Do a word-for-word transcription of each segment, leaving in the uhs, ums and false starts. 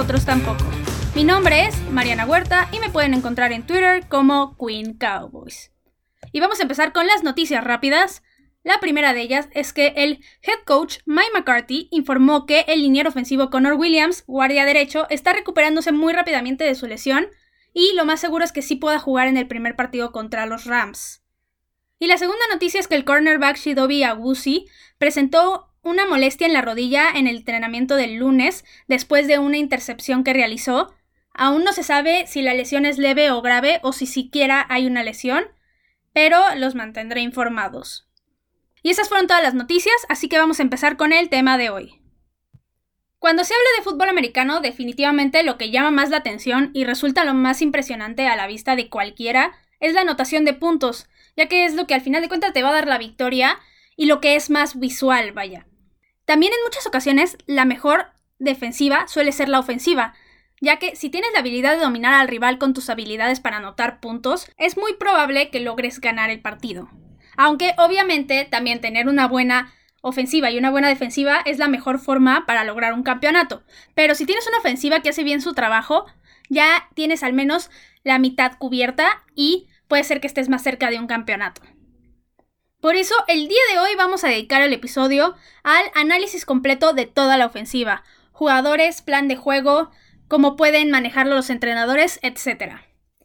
nosotros tampoco. Mi nombre es Mariana Huerta y me pueden encontrar en Twitter como Queen Cowboys. Y vamos a empezar con las noticias rápidas. La primera de ellas es que el head coach Mike McCarthy informó que el liniero ofensivo Connor Williams, guardia derecho, está recuperándose muy rápidamente de su lesión y lo más seguro es que sí pueda jugar en el primer partido contra los Rams. Y la segunda noticia es que el cornerback Chidobe Awuzie presentó una molestia en la rodilla en el entrenamiento del lunes después de una intercepción que realizó. Aún no se sabe si la lesión es leve o grave o si siquiera hay una lesión, pero los mantendré informados. Y esas fueron todas las noticias, así que vamos a empezar con el tema de hoy. Cuando se habla de fútbol americano, definitivamente lo que llama más la atención y resulta lo más impresionante a la vista de cualquiera es la anotación de puntos, ya que es lo que al final de cuentas te va a dar la victoria y lo que es más visual, vaya. También en muchas ocasiones la mejor defensiva suele ser la ofensiva, ya que si tienes la habilidad de dominar al rival con tus habilidades para anotar puntos, es muy probable que logres ganar el partido. Aunque obviamente también tener una buena ofensiva y una buena defensiva es la mejor forma para lograr un campeonato. Pero si tienes una ofensiva que hace bien su trabajo, ya tienes al menos la mitad cubierta y puede ser que estés más cerca de un campeonato. Por eso, el día de hoy vamos a dedicar el episodio al análisis completo de toda la ofensiva. Jugadores, plan de juego, cómo pueden manejarlo los entrenadores, etcétera.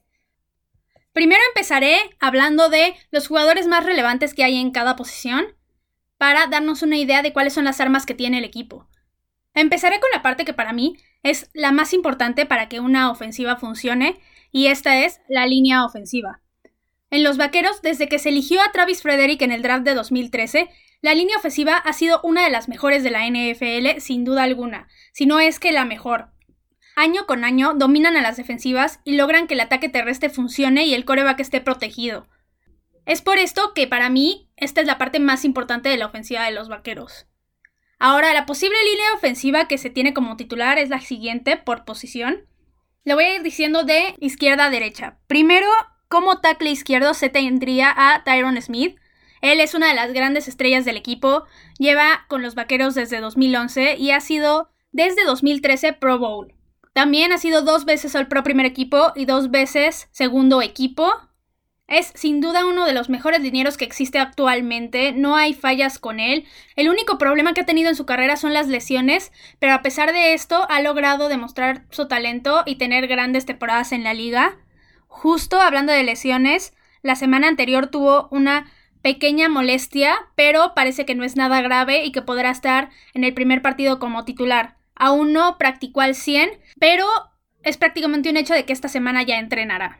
Primero empezaré hablando de los jugadores más relevantes que hay en cada posición para darnos una idea de cuáles son las armas que tiene el equipo. Empezaré con la parte que para mí es la más importante para que una ofensiva funcione y esta es la línea ofensiva. En los Vaqueros, desde que se eligió a Travis Frederick en el draft de dos mil trece, la línea ofensiva ha sido una de las mejores de la N F L sin duda alguna, si no es que la mejor. Año con año dominan a las defensivas y logran que el ataque terrestre funcione y el quarterback esté protegido. Es por esto que para mí esta es la parte más importante de la ofensiva de los Vaqueros. Ahora, la posible línea ofensiva que se tiene como titular es la siguiente por posición. Le voy a ir diciendo de izquierda a derecha. Primero, como tackle izquierdo se tendría a Tyron Smith. Él es una de las grandes estrellas del equipo, lleva con los Vaqueros desde dos mil once y ha sido desde dos mil trece Pro Bowl. También ha sido dos veces All-Pro primer equipo y dos veces segundo equipo. Es sin duda uno de los mejores linieros que existe actualmente, no hay fallas con él. El único problema que ha tenido en su carrera son las lesiones, pero a pesar de esto ha logrado demostrar su talento y tener grandes temporadas en la liga. Justo hablando de lesiones, la semana anterior tuvo una pequeña molestia, pero parece que no es nada grave y que podrá estar en el primer partido como titular. Aún no practicó al cien, pero es prácticamente un hecho de que esta semana ya entrenará.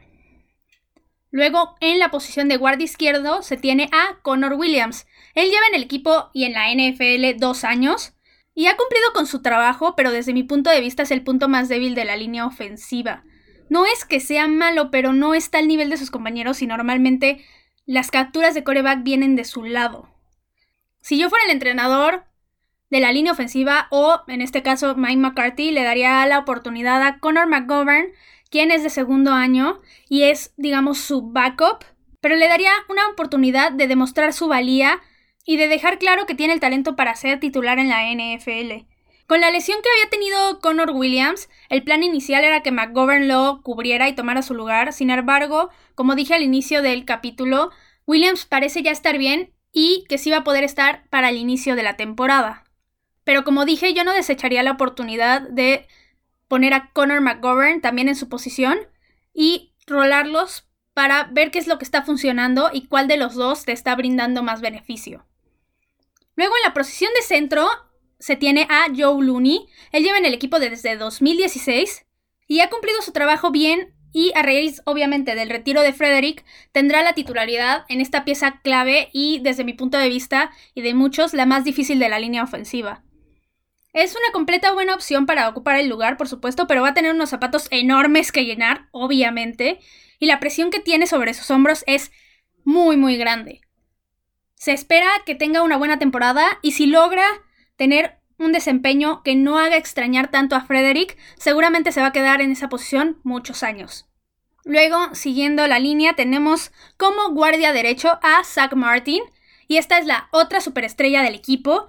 Luego, en la posición de guardia izquierdo se tiene a Connor Williams. Él lleva en el equipo y en la N F L dos años y ha cumplido con su trabajo, pero desde mi punto de vista es el punto más débil de la línea ofensiva. No es que sea malo, pero no está al nivel de sus compañeros y normalmente las capturas de quarterback vienen de su lado. Si yo fuera el entrenador de la línea ofensiva o, en este caso, Mike McCarthy, le daría la oportunidad a Connor McGovern, quien es de segundo año y es, digamos, su backup, pero le daría una oportunidad de demostrar su valía y de dejar claro que tiene el talento para ser titular en la N F L. Con la lesión que había tenido Connor Williams, el plan inicial era que McGovern lo cubriera y tomara su lugar. Sin embargo, como dije al inicio del capítulo, Williams parece ya estar bien y que sí va a poder estar para el inicio de la temporada. Pero como dije, yo no desecharía la oportunidad de poner a Connor McGovern también en su posición y rolarlos para ver qué es lo que está funcionando y cuál de los dos te está brindando más beneficio. Luego en la posición de centro se tiene a Joe Looney. Él lleva en el equipo desde dos mil dieciséis y ha cumplido su trabajo bien y a raíz obviamente del retiro de Frederick tendrá la titularidad en esta pieza clave y desde mi punto de vista y de muchos la más difícil de la línea ofensiva. Es una completa buena opción para ocupar el lugar, por supuesto, pero va a tener unos zapatos enormes que llenar, obviamente, y la presión que tiene sobre sus hombros es muy, muy grande. Se espera que tenga una buena temporada y si logra tener un desempeño que no haga extrañar tanto a Frederick, seguramente se va a quedar en esa posición muchos años. Luego, siguiendo la línea, tenemos como guardia derecho a Zach Martin, y esta es la otra superestrella del equipo.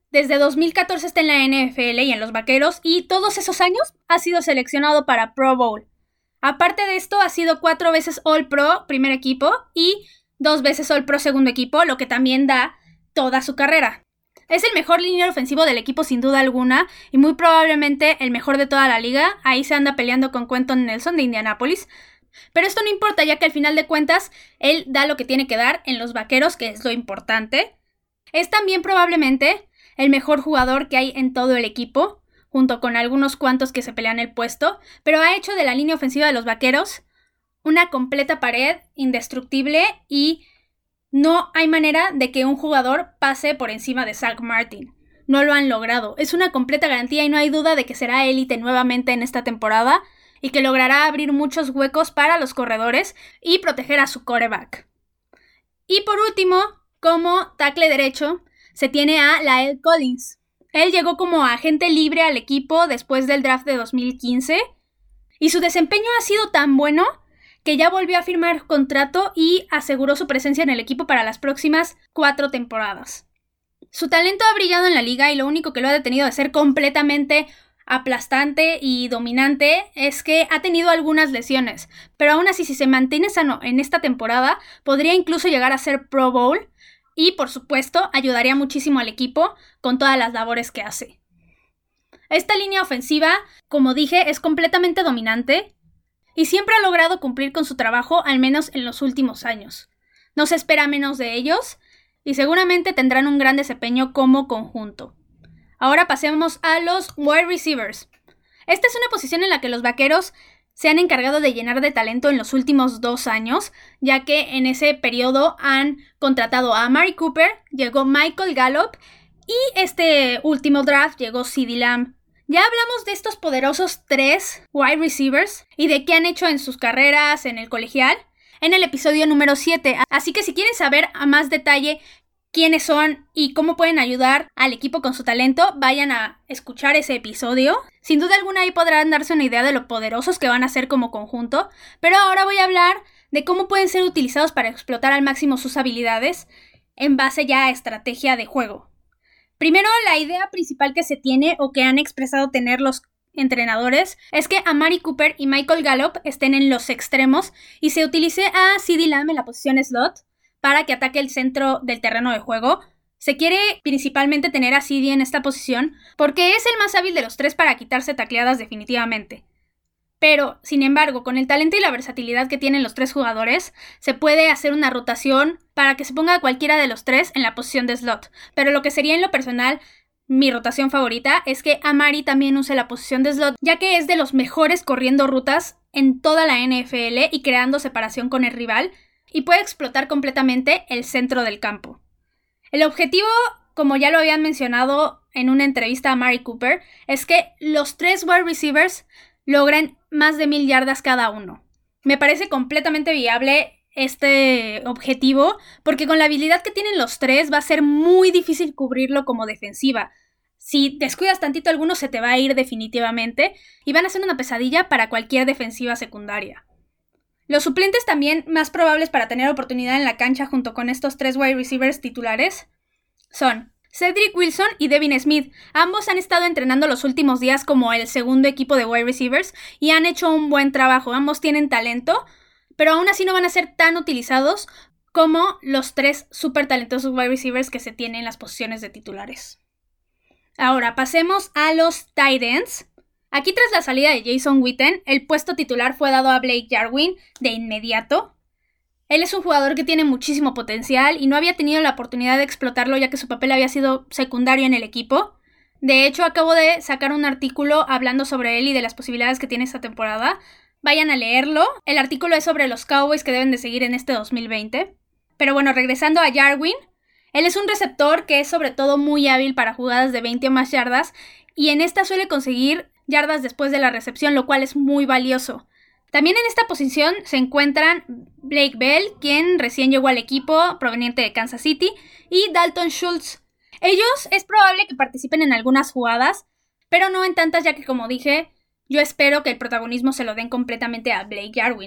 Desde dos mil catorce está en la N F L y en los Vaqueros, y todos esos años ha sido seleccionado para Pro Bowl. Aparte de esto, ha sido cuatro veces All Pro primer equipo y dos veces All Pro segundo equipo, lo que también da toda su carrera. Es el mejor liniero ofensivo del equipo sin duda alguna y muy probablemente el mejor de toda la liga. Ahí se anda peleando con Quentin Nelson de Indianapolis. Pero esto no importa, ya que al final de cuentas él da lo que tiene que dar en los Vaqueros, que es lo importante. Es también probablemente el mejor jugador que hay en todo el equipo, junto con algunos cuantos que se pelean el puesto, pero ha hecho de la línea ofensiva de los Vaqueros una completa pared indestructible y no hay manera de que un jugador pase por encima de Zach Martin. No lo han logrado. Es una completa garantía y no hay duda de que será élite nuevamente en esta temporada y que logrará abrir muchos huecos para los corredores y proteger a su quarterback. Y por último, como tackle derecho, se tiene a La'el Collins. Él llegó como agente libre al equipo después del draft de dos mil quince y su desempeño ha sido tan bueno que ya volvió a firmar contrato y aseguró su presencia en el equipo para las próximas cuatro temporadas. Su talento ha brillado en la liga y lo único que lo ha detenido de ser completamente aplastante y dominante es que ha tenido algunas lesiones, pero aún así si se mantiene sano en esta temporada podría incluso llegar a ser Pro Bowl y por supuesto ayudaría muchísimo al equipo con todas las labores que hace. Esta línea ofensiva, como dije, es completamente dominante y siempre ha logrado cumplir con su trabajo, al menos en los últimos años. No se espera menos de ellos y seguramente tendrán un gran desempeño como conjunto. Ahora pasemos a los wide receivers. Esta es una posición en la que los Vaqueros se han encargado de llenar de talento en los últimos dos años, ya que en ese periodo han contratado a Amari Cooper, llegó Michael Gallup y este último draft llegó CeeDee Lamb. Ya hablamos de estos poderosos tres wide receivers y de qué han hecho en sus carreras en el colegial en el episodio número siete. Así que si quieren saber a más detalle quiénes son y cómo pueden ayudar al equipo con su talento, vayan a escuchar ese episodio. Sin duda alguna ahí podrán darse una idea de lo poderosos que van a ser como conjunto, pero ahora voy a hablar de cómo pueden ser utilizados para explotar al máximo sus habilidades en base ya a estrategia de juego. Primero, la idea principal que se tiene o que han expresado tener los entrenadores es que Amari Cooper y Michael Gallup estén en los extremos y se utilice a CeeDee Lamb en la posición slot para que ataque el centro del terreno de juego. Se quiere principalmente tener a CeeDee en esta posición porque es el más hábil de los tres para quitarse tacleadas definitivamente. Pero, sin embargo, con el talento y la versatilidad que tienen los tres jugadores, se puede hacer una rotación para que se ponga cualquiera de los tres en la posición de slot. Pero lo que sería en lo personal mi rotación favorita es que Amari también use la posición de slot, ya que es de los mejores corriendo rutas en toda la N F L y creando separación con el rival, y puede explotar completamente el centro del campo. El objetivo, como ya lo habían mencionado en una entrevista a Amari Cooper, es que los tres wide receivers logren más de mil yardas cada uno. Me parece completamente viable este objetivo porque con la habilidad que tienen los tres va a ser muy difícil cubrirlo como defensiva. Si descuidas tantito alguno se te va a ir definitivamente y van a ser una pesadilla para cualquier defensiva secundaria. Los suplentes también más probables para tener oportunidad en la cancha junto con estos tres wide receivers titulares son Cedric Wilson y Devin Smith. Ambos han estado entrenando los últimos días como el segundo equipo de wide receivers y han hecho un buen trabajo. Ambos tienen talento, pero aún así no van a ser tan utilizados como los tres súper talentosos wide receivers que se tienen en las posiciones de titulares. Ahora pasemos a los tight ends. Aquí tras la salida de Jason Witten, el puesto titular fue dado a Blake Jarwin de inmediato. Él es un jugador que tiene muchísimo potencial y no había tenido la oportunidad de explotarlo ya que su papel había sido secundario en el equipo. De hecho, acabo de sacar un artículo hablando sobre él y de las posibilidades que tiene esta temporada. Vayan a leerlo. El artículo es sobre los Cowboys que deben de seguir en este dos mil veinte. Pero bueno, regresando a Jarwin, él es un receptor que es sobre todo muy hábil para jugadas de veinte o más yardas y en esta suele conseguir yardas después de la recepción, lo cual es muy valioso. También en esta posición se encuentran Blake Bell, quien recién llegó al equipo proveniente de Kansas City, y Dalton Schultz. Ellos es probable que participen en algunas jugadas, pero no en tantas ya que, como dije, yo espero que el protagonismo se lo den completamente a Blake Jarwin.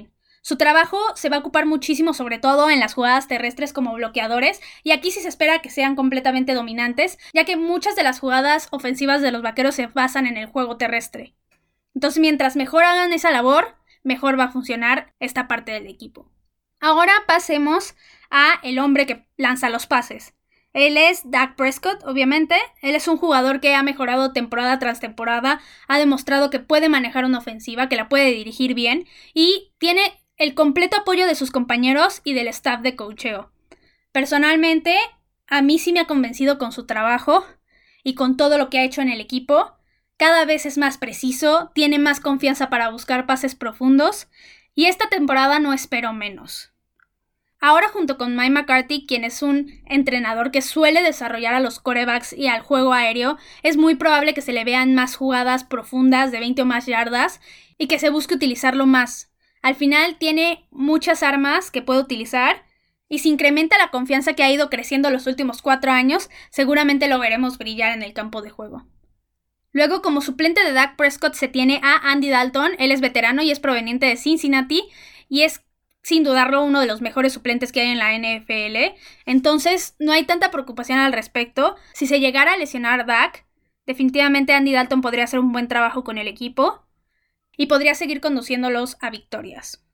Su trabajo se va a ocupar muchísimo, sobre todo en las jugadas terrestres como bloqueadores, y aquí sí se espera que sean completamente dominantes, ya que muchas de las jugadas ofensivas de los Vaqueros se basan en el juego terrestre. Entonces, mientras mejor hagan esa labor, mejor va a funcionar esta parte del equipo. Ahora pasemos a el hombre que lanza los pases. Él es Dak Prescott, obviamente. Él es un jugador que ha mejorado temporada tras temporada, ha demostrado que puede manejar una ofensiva, que la puede dirigir bien y tiene el completo apoyo de sus compañeros y del staff de coacheo. Personalmente, a mí sí me ha convencido con su trabajo y con todo lo que ha hecho en el equipo. Cada vez es más preciso, tiene más confianza para buscar pases profundos y esta temporada no espero menos. Ahora, junto con Mike McCarthy, quien es un entrenador que suele desarrollar a los quarterbacks y al juego aéreo, es muy probable que se le vean más jugadas profundas de veinte o más yardas y que se busque utilizarlo más. Al final tiene muchas armas que puede utilizar y si incrementa la confianza que ha ido creciendo los últimos cuatro años, seguramente lo veremos brillar en el campo de juego. Luego, como suplente de Dak Prescott se tiene a Andy Dalton. Él es veterano y es proveniente de Cincinnati y es sin dudarlo uno de los mejores suplentes que hay en la N F L. Entonces no hay tanta preocupación al respecto. Si se llegara a lesionar Dak, definitivamente Andy Dalton podría hacer un buen trabajo con el equipo y podría seguir conduciéndolos a victorias.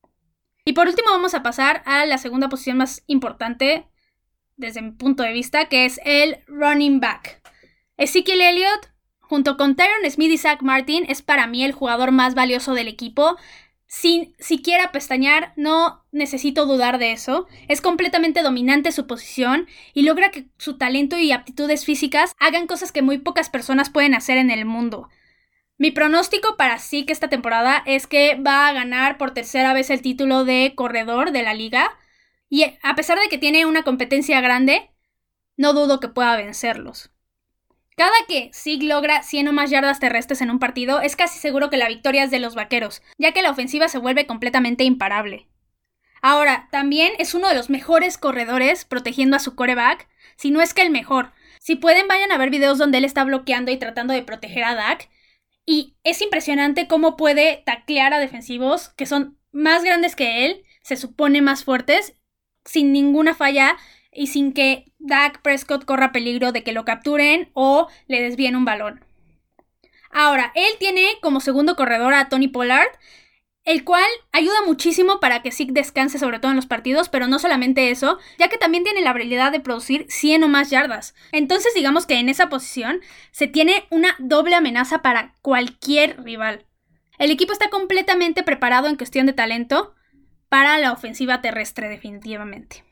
Y por último vamos a pasar a la segunda posición más importante desde mi punto de vista, que es el running back. Ezekiel Elliott, junto con Tyron Smith y Zach Martin, es para mí el jugador más valioso del equipo. Sin siquiera pestañear, no necesito dudar de eso. Es completamente dominante su posición y logra que su talento y aptitudes físicas hagan cosas que muy pocas personas pueden hacer en el mundo. Mi pronóstico para Zeke esta temporada es que va a ganar por tercera vez el título de corredor de la liga y a pesar de que tiene una competencia grande, no dudo que pueda vencerlos. Cada que Zeke logra cien o más yardas terrestres en un partido, es casi seguro que la victoria es de los Vaqueros, ya que la ofensiva se vuelve completamente imparable. Ahora, también es uno de los mejores corredores protegiendo a su quarterback, si no es que el mejor. Si pueden, vayan a ver videos donde él está bloqueando y tratando de proteger a Dak, y es impresionante cómo puede taclear a defensivos que son más grandes que él, se supone más fuertes, sin ninguna falla y sin que Dak Prescott corra peligro de que lo capturen o le desvíen un balón. Ahora, él tiene como segundo corredor a Tony Pollard, el cual ayuda muchísimo para que Zeke descanse, sobre todo en los partidos, pero no solamente eso, ya que también tiene la habilidad de producir cien o más yardas. Entonces digamos que en esa posición se tiene una doble amenaza para cualquier rival. El equipo está completamente preparado en cuestión de talento para la ofensiva terrestre, definitivamente.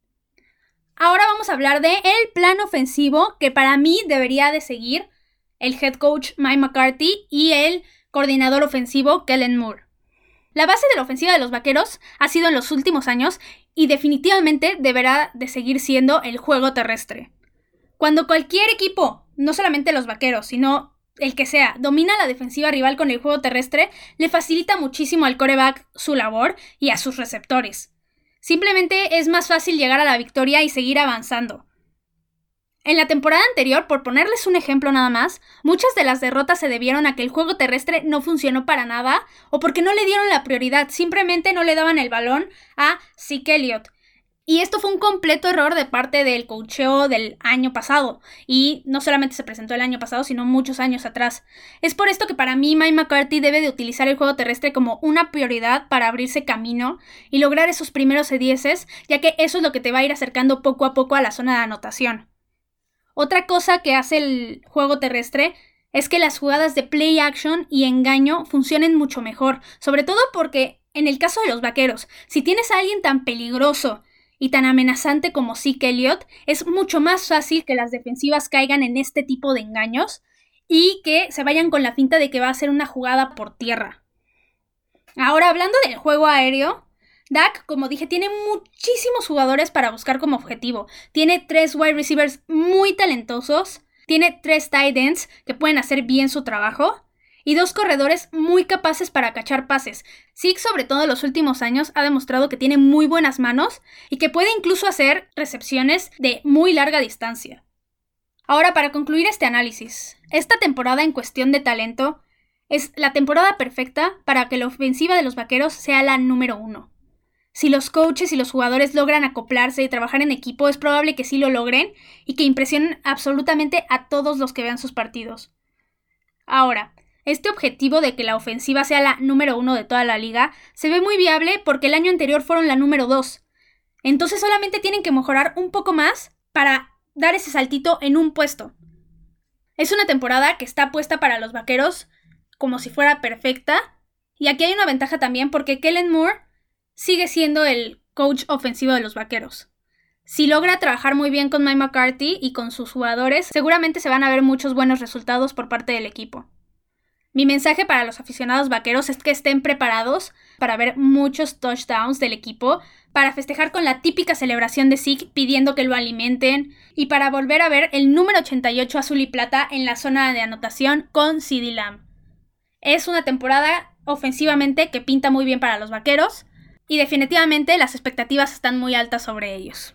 Ahora vamos a hablar de el plan ofensivo que para mí debería de seguir el head coach Mike McCarthy y el coordinador ofensivo Kellen Moore. La base de la ofensiva de los Vaqueros ha sido en los últimos años y definitivamente deberá de seguir siendo el juego terrestre. Cuando cualquier equipo, no solamente los Vaqueros, sino el que sea, domina la defensiva rival con el juego terrestre, le facilita muchísimo al quarterback su labor y a sus receptores. Simplemente es más fácil llegar a la victoria y seguir avanzando. En la temporada anterior, por ponerles un ejemplo nada más, muchas de las derrotas se debieron a que el juego terrestre no funcionó para nada o porque no le dieron la prioridad, simplemente no le daban el balón a Zeke Elliott. Y esto fue un completo error de parte del coacheo del año pasado. Y no solamente se presentó el año pasado, sino muchos años atrás. Es por esto que para mí Mike McCarthy debe de utilizar el juego terrestre como una prioridad para abrirse camino y lograr esos primeros dieces, ya que eso es lo que te va a ir acercando poco a poco a la zona de anotación. Otra cosa que hace el juego terrestre es que las jugadas de play action y engaño funcionen mucho mejor. Sobre todo porque en el caso de los Vaqueros, si tienes a alguien tan peligroso y tan amenazante como Zeke Elliott, es mucho más fácil que las defensivas caigan en este tipo de engaños y que se vayan con la finta de que va a ser una jugada por tierra. Ahora, hablando del juego aéreo, Dak, como dije, tiene muchísimos jugadores para buscar como objetivo. Tiene tres wide receivers muy talentosos, tiene tres tight ends que pueden hacer bien su trabajo y dos corredores muy capaces para cachar pases. Zeke, sobre todo en los últimos años, ha demostrado que tiene muy buenas manos y que puede incluso hacer recepciones de muy larga distancia. Ahora, para concluir este análisis, esta temporada en cuestión de talento, Es la temporada perfecta para que la ofensiva de los Vaqueros sea la número uno. Si los coaches y los jugadores logran acoplarse y trabajar en equipo, es probable que sí lo logren y que impresionen absolutamente a todos los que vean sus partidos. Ahora, este objetivo de que la ofensiva sea la número uno de toda la liga se ve muy viable porque el año anterior fueron la número dos. Entonces solamente tienen que mejorar un poco más para dar ese saltito en un puesto. Es una temporada que está puesta para los Vaqueros como si fuera perfecta. Y aquí hay una ventaja también porque Kellen Moore sigue siendo el coach ofensivo de los Vaqueros. Si logra trabajar muy bien con Mike McCarthy y con sus jugadores, seguramente se van a ver muchos buenos resultados por parte del equipo. Mi mensaje para los aficionados vaqueros es que estén preparados para ver muchos touchdowns del equipo, para festejar con la típica celebración de Zeke pidiendo que lo alimenten y para volver a ver el número ochenta y ocho azul y plata en la zona de anotación con CeeDee Lamb. Es una temporada ofensivamente que pinta muy bien para los Vaqueros y definitivamente las expectativas están muy altas sobre ellos.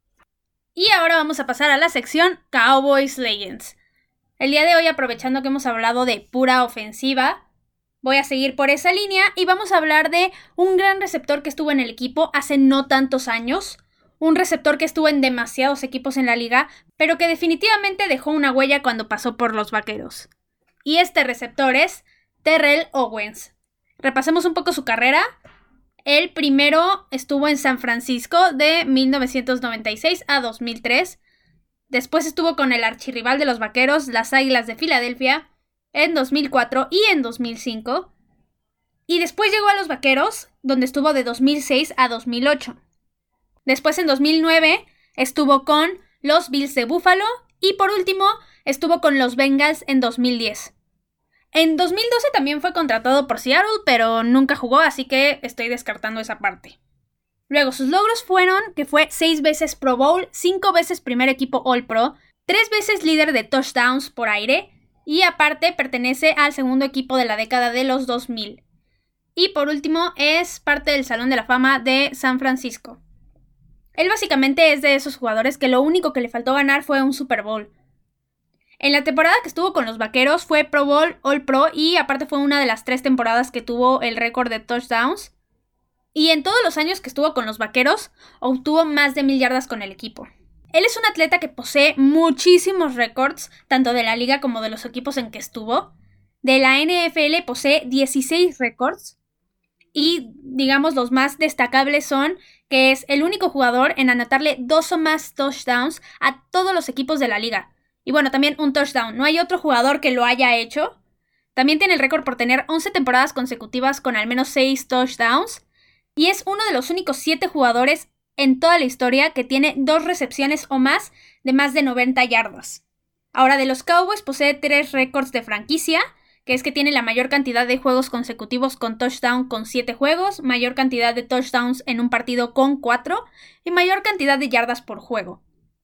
Y ahora vamos a pasar a la sección Cowboys Legends. El día de hoy, aprovechando que hemos hablado de pura ofensiva, voy a seguir por esa línea y vamos a hablar de un gran receptor que estuvo en el equipo hace no tantos años, un receptor que estuvo en demasiados equipos en la liga, pero que definitivamente dejó una huella cuando pasó por los Vaqueros. Y este receptor es Terrell Owens. Repasemos un poco su carrera. Él primero estuvo en San Francisco de mil novecientos noventa y seis a dos mil tres. Después estuvo con el archirrival de los Vaqueros, las Águilas de Filadelfia, en dos mil cuatro y en dos mil cinco. Y después llegó a los Vaqueros, donde estuvo de dos mil seis a dos mil ocho. Después en dos mil nueve estuvo con los Bills de Buffalo y por último estuvo con los Bengals en dos mil diez. En dos mil doce también fue contratado por Seattle, pero nunca jugó, así que estoy descartando esa parte. Luego, sus logros fueron que fue seis veces Pro Bowl, cinco veces primer equipo All-Pro, tres veces líder de touchdowns por aire y aparte pertenece al segundo equipo de la década de los dos mil. Y por último, es parte del Salón de la Fama de San Francisco. Él básicamente es de esos jugadores que lo único que le faltó ganar fue un Super Bowl. En la temporada que estuvo con los Vaqueros fue Pro Bowl, All-Pro y aparte fue una de las tres temporadas que tuvo el récord de touchdowns. Y en todos los años que estuvo con los Vaqueros, obtuvo más de mil yardas con el equipo. Él es un atleta que posee muchísimos récords, tanto de la liga como de los equipos en que estuvo. De la N F L posee dieciséis récords. Y, digamos, los más destacables son que es el único jugador en anotarle dos o más touchdowns a todos los equipos de la liga. Y bueno, también un touchdown. No hay otro jugador que lo haya hecho. También tiene el récord por tener once temporadas consecutivas con al menos seis touchdowns. Y es uno de los únicos siete jugadores en toda la historia que tiene dos recepciones o más de más de noventa yardas. Ahora, de los Cowboys posee tres récords de franquicia, que es que tiene la mayor cantidad de juegos consecutivos con touchdown con siete juegos, mayor cantidad de touchdowns en un partido con cuatro y mayor cantidad de yardas por juego.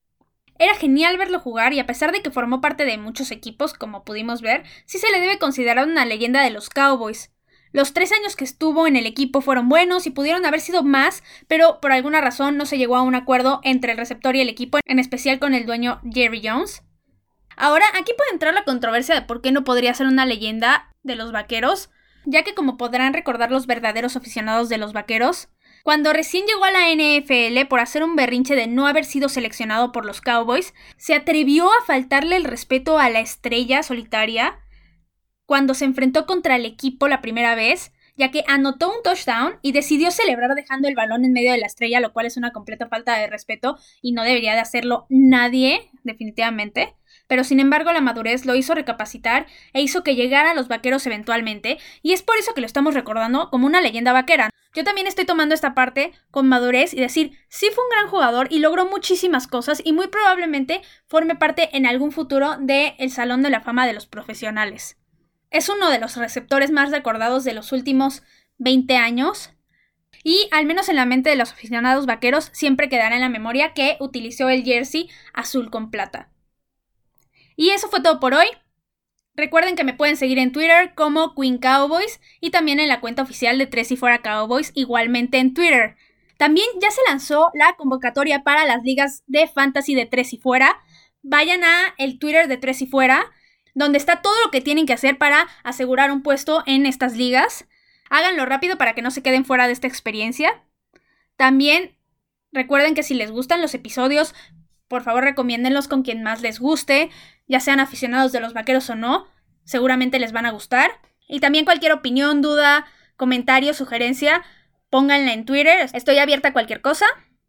Era genial verlo jugar y a pesar de que formó parte de muchos equipos, como pudimos ver, sí se le debe considerar una leyenda de los Cowboys. Los tres años que estuvo en el equipo fueron buenos y pudieron haber sido más, pero por alguna razón no se llegó a un acuerdo entre el receptor y el equipo, en especial con el dueño Jerry Jones. Ahora, aquí puede entrar la controversia de por qué no podría ser una leyenda de los Vaqueros, ya que como podrán recordar los verdaderos aficionados de los Vaqueros, cuando recién llegó a la N F L por hacer un berrinche de no haber sido seleccionado por los Cowboys, se atrevió a faltarle el respeto a la estrella solitaria cuando se enfrentó contra el equipo la primera vez, ya que anotó un touchdown y decidió celebrar dejando el balón en medio de la estrella, lo cual es una completa falta de respeto y no debería de hacerlo nadie, definitivamente. Pero sin embargo la madurez lo hizo recapacitar e hizo que llegara a los Vaqueros eventualmente, y es por eso que lo estamos recordando como una leyenda vaquera. Yo también estoy tomando esta parte con madurez y decir, sí fue un gran jugador y logró muchísimas cosas y muy probablemente forme parte en algún futuro del Salón de la Fama de los Profesionales. Es uno de los receptores más recordados de los últimos veinte años y al menos en la mente de los aficionados vaqueros siempre quedará en la memoria que utilizó el jersey azul con plata. Y eso fue todo por hoy. Recuerden que me pueden seguir en Twitter como Queen Cowboys y también en la cuenta oficial de Tres y Fuera Cowboys, igualmente en Twitter. También ya se lanzó la convocatoria para las ligas de fantasy de Tres y Fuera. Vayan a el Twitter de Tres y Fuera. donde está todo lo que tienen que hacer para asegurar un puesto en estas ligas. Háganlo rápido para que no se queden fuera de esta experiencia. También recuerden que si les gustan los episodios, por favor recomiéndenlos con quien más les guste, ya sean aficionados de los Vaqueros o no, seguramente les van a gustar. Y también cualquier opinión, duda, comentario, sugerencia, pónganla en Twitter. Estoy abierta a cualquier cosa.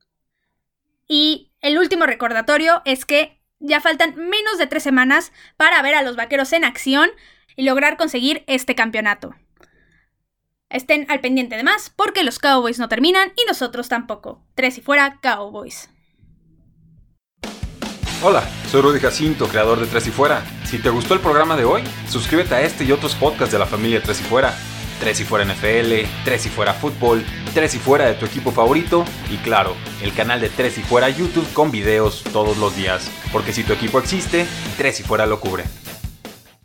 Y el último recordatorio es que ya faltan menos de tres semanas para ver a los Vaqueros en acción y lograr conseguir este campeonato. Estén al pendiente de más porque los Cowboys no terminan y nosotros tampoco. Tres y fuera, Cowboys. Hola, soy Rudy Jacinto, creador de Tres y Fuera. Si te gustó el programa de hoy, suscríbete a este y otros podcasts de la familia Tres y Fuera. Tres y Fuera N F L, Tres y Fuera Fútbol, Tres y Fuera de tu equipo favorito y claro, el canal de Tres y Fuera YouTube con videos todos los días. Porque si tu equipo existe, Tres y Fuera lo cubre.